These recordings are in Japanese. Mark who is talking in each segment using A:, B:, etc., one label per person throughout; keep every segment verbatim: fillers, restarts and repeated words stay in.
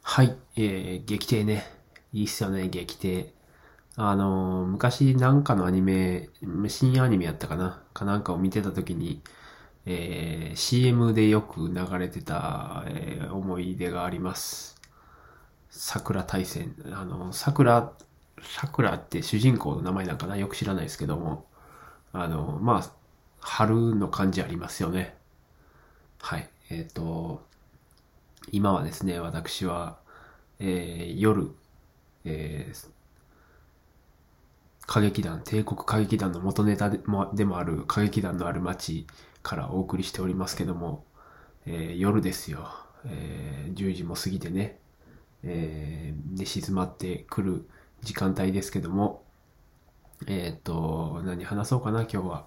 A: はい、えー、撃艇ね。いいっすよね、撃艇。あのー、昔なんかのアニメ、新アニメやったかなかなんかを見てた時に、えー、シーエム でよく流れてた、えー思い出があります。桜大戦。あの、桜、桜って主人公の名前なんかなよく知らないですけども、あの、まあ、春の感じありますよね。はい。えっと、今はですね、私は、えー夜、えー歌劇団、帝国歌劇団の元ネタでもでもある歌劇団のある街からお送りしておりますけども、えー夜ですよ。えーじゅうじも過ぎてね、えー寝静まってくる時間帯ですけども、えっと、何話そうかな、今日は。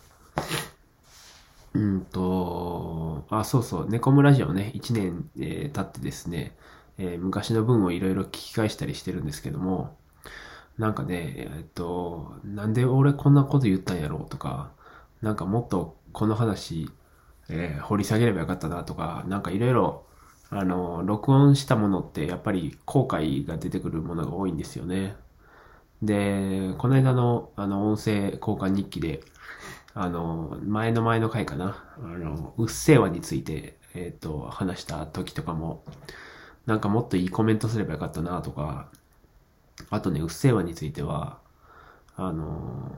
A: うんと、あ、そうそう、ネコムラジオね、いちねん、えー経ってですね、えー昔の文をいろいろ聞き返したりしてるんですけども、なんかね、えっと、なんで俺こんなこと言ったんやろうとか、なんかもっとこの話、えー掘り下げればよかったなとか、なんかいろいろ、あの、録音したものってやっぱり後悔が出てくるものが多いんですよね。で、この間のあの音声交換日記で、あの、前の前の回かな、あの、うっせぇわについて、えっと、話した時とかも、なんかもっといいコメントすればよかったなとか、あとね、うっせぇわについては、あの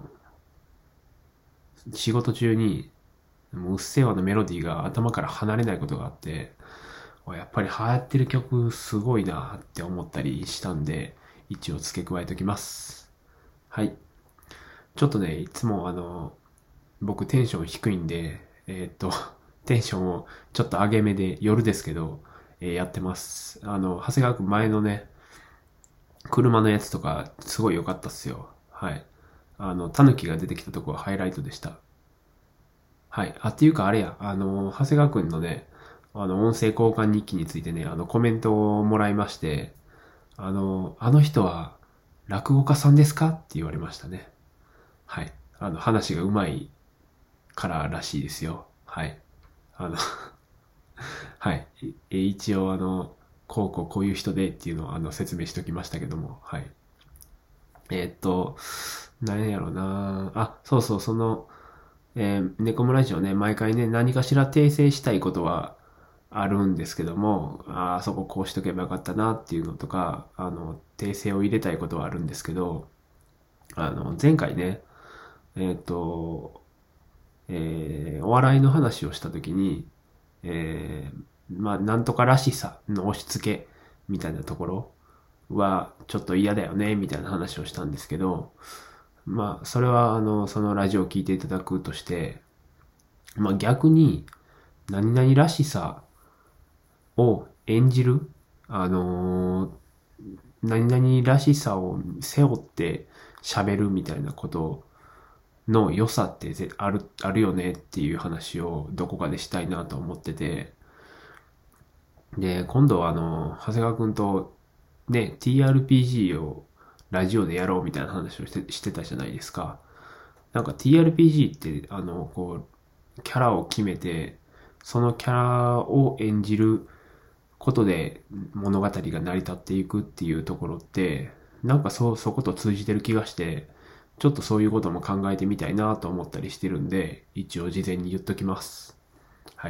A: 仕事中に、もううっせぇわのメロディーが頭から離れないことがあって、やっぱり流行ってる曲すごいなって思ったりしたんで、一応付け加えておきます。はい。ちょっとね、いつもあの、僕テンション低いんで、えーっと、テンションをちょっと上げ目で夜ですけど、えーやってます。あの、長谷川くん前のね、車のやつとかすごい良かったっすよ。はい。あの、タヌキが出てきたとこはハイライトでした。はい。あ、っていうかあれや、あの、長谷川くんのね、あの、音声交換日記についてね、あの、コメントをもらいまして、あの、あの人は落語家さんですかって言われましたね。はい。あの、話が上手いかららしいですよ。はい。あのはい。い一応あの、こうこうこういう人でっていうのをあの説明しときましたけども、はい。えーっと、何やろうなあ、そうそう、その、えー、ネコムラジオね、毎回ね、何かしら訂正したいことはあるんですけども、ああそここうしとけばよかったなっていうのとか、あの、訂正を入れたいことはあるんですけど、あの、前回ね、えーっと、えーお笑いの話をしたときに、えーまあ、なんとからしさの押し付けみたいなところはちょっと嫌だよね、みたいな話をしたんですけど、まあ、それは、あの、そのラジオを聞いていただくとして、まあ逆に、何々らしさを演じる、あのー何々らしさを背負って喋るみたいなことの良さってある、あるよねっていう話をどこかでしたいなと思ってて、で、今度はあの、長谷川くんとね、ティーアールピージー をラジオでやろうみたいな話をしてしてたじゃないですか。なんか ティーアールピージー って、あの、こう、キャラを決めて、そのキャラを演じることで物語が成り立っていくっていうところって、なんかそう、そこと通じてる気がして、ちょっとそういうことも考えてみたいなと思ったりしてるんで、一応事前に言っときます。はい。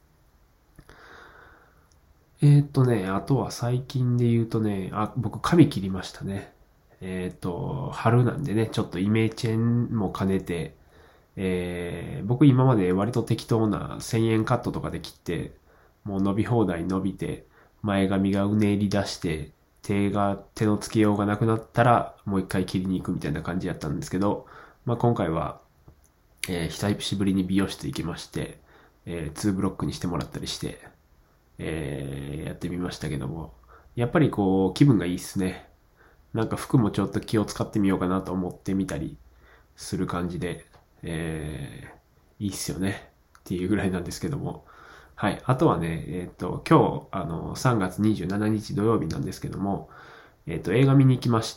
A: えーっとね、あとは最近で言うとね、あ、僕髪切りましたね。えーっと、春なんでね、ちょっとイメチェンも兼ねて、えー僕今まで割と適当なせんえんカットとかで切って、もう伸び放題伸びて、前髪がうねり出して、手が、手のつけようがなくなったら、もう一回切りに行くみたいな感じやったんですけど、まあ今回は、えー久しぶりに美容室行きまして、えー、ツーブロックにしてもらったりして、えーやってみましたけども、やっぱりこう、気分がいいっすね。なんか服もちょっと気を使ってみようかなと思ってみたりする感じで、えー、いいっすよね。っていうぐらいなんですけども。はい。あとはね、えっと、今日、あの、さんがつにじゅうしちにち土曜日なんですけども、えっと、映画見に行きまして、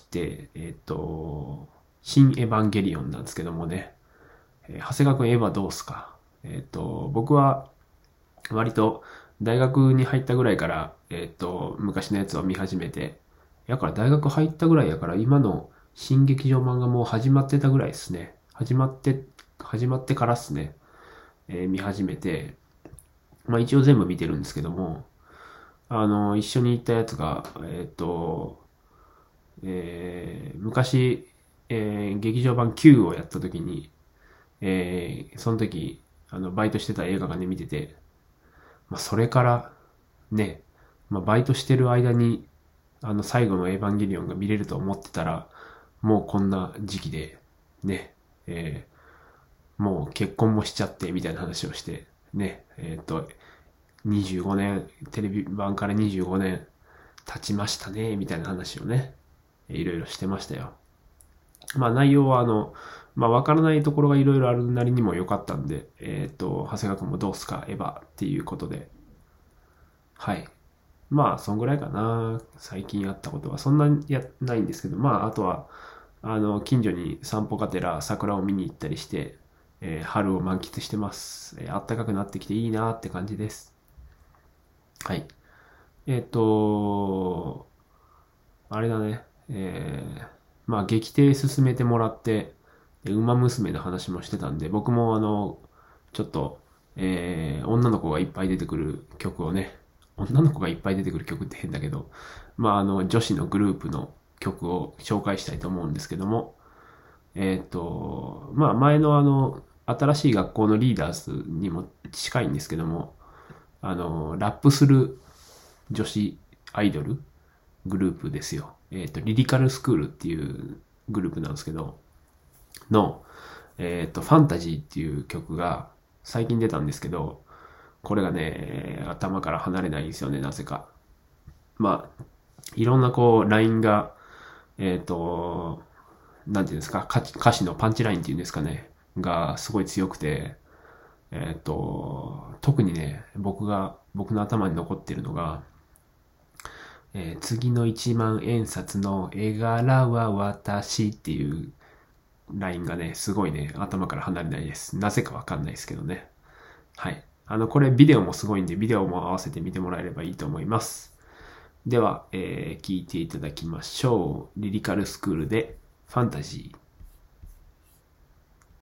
A: えっと、新エヴァンゲリオンなんですけどもね、えー長谷川くんエヴァどうすか？えっと、僕は割と大学に入ったぐらいからえっと、昔のやつを見始めて、やから大学入ったぐらいやから、今の新劇場版がもう始まってたぐらいですね。始まって、始まってからっすね。えー見始めて、まあ一応全部見てるんですけども、あの、一緒に行ったやつが、えっと、えー昔、えー劇場版 Q をやった時に、えーその時、あの、バイトしてた映画館で見てて、まあそれから、ね、まあバイトしてる間に、あの、最後のエヴァンゲリオンが見れると思ってたら、もうこんな時期で、ね、えーもう結婚もしちゃって、みたいな話をして、ね、えっと、にじゅうごねん、テレビ版からにじゅうごねん経ちましたね、みたいな話をね、いろいろしてましたよ。まあ内容はあの、まあわからないところがいろいろあるなりにも良かったんで、えっと、長谷川君もどうすか、エヴァっていうことで、はい。まあ、そんぐらいかな。最近やったことは。そんなにや、ないんですけど、まあ、あとは、あの、近所に散歩がてら桜を見に行ったりして、えー春を満喫してます。えー暖かくなってきていいなって感じです。はい。えっと、あれだね。えーまあ、劇艇進めてもらって、で馬娘の話もしてたんで、僕もあの、ちょっと、えー女の子がいっぱい出てくる曲をね、女の子がいっぱい出てくる曲って変だけど、まあ、あの、女子のグループの曲を紹介したいと思うんですけども、えっと、まあ、前のあの、新しい学校のリーダーズにも近いんですけども、あの、ラップする女子アイドルグループですよ。えっと、リリカルスクールっていうグループなんですけど、の、えっと、ファンタジーっていう曲が最近出たんですけど、これがね、頭から離れないんですよね、なぜか。まあ、いろんなこう、ラインが、えっと、なんていうんですか、歌詞歌詞のパンチラインっていうんですかね、がすごい強くて、えっと、特にね、僕が、僕の頭に残ってるのが、えー次の一万円札の絵柄は私っていうラインがね、すごいね、頭から離れないです。なぜかわかんないですけどね。はい。あの、これビデオもすごいんで、ビデオも合わせて見てもらえればいいと思います。では、えー聞いていただきましょう。リリカルスクールでファンタジー。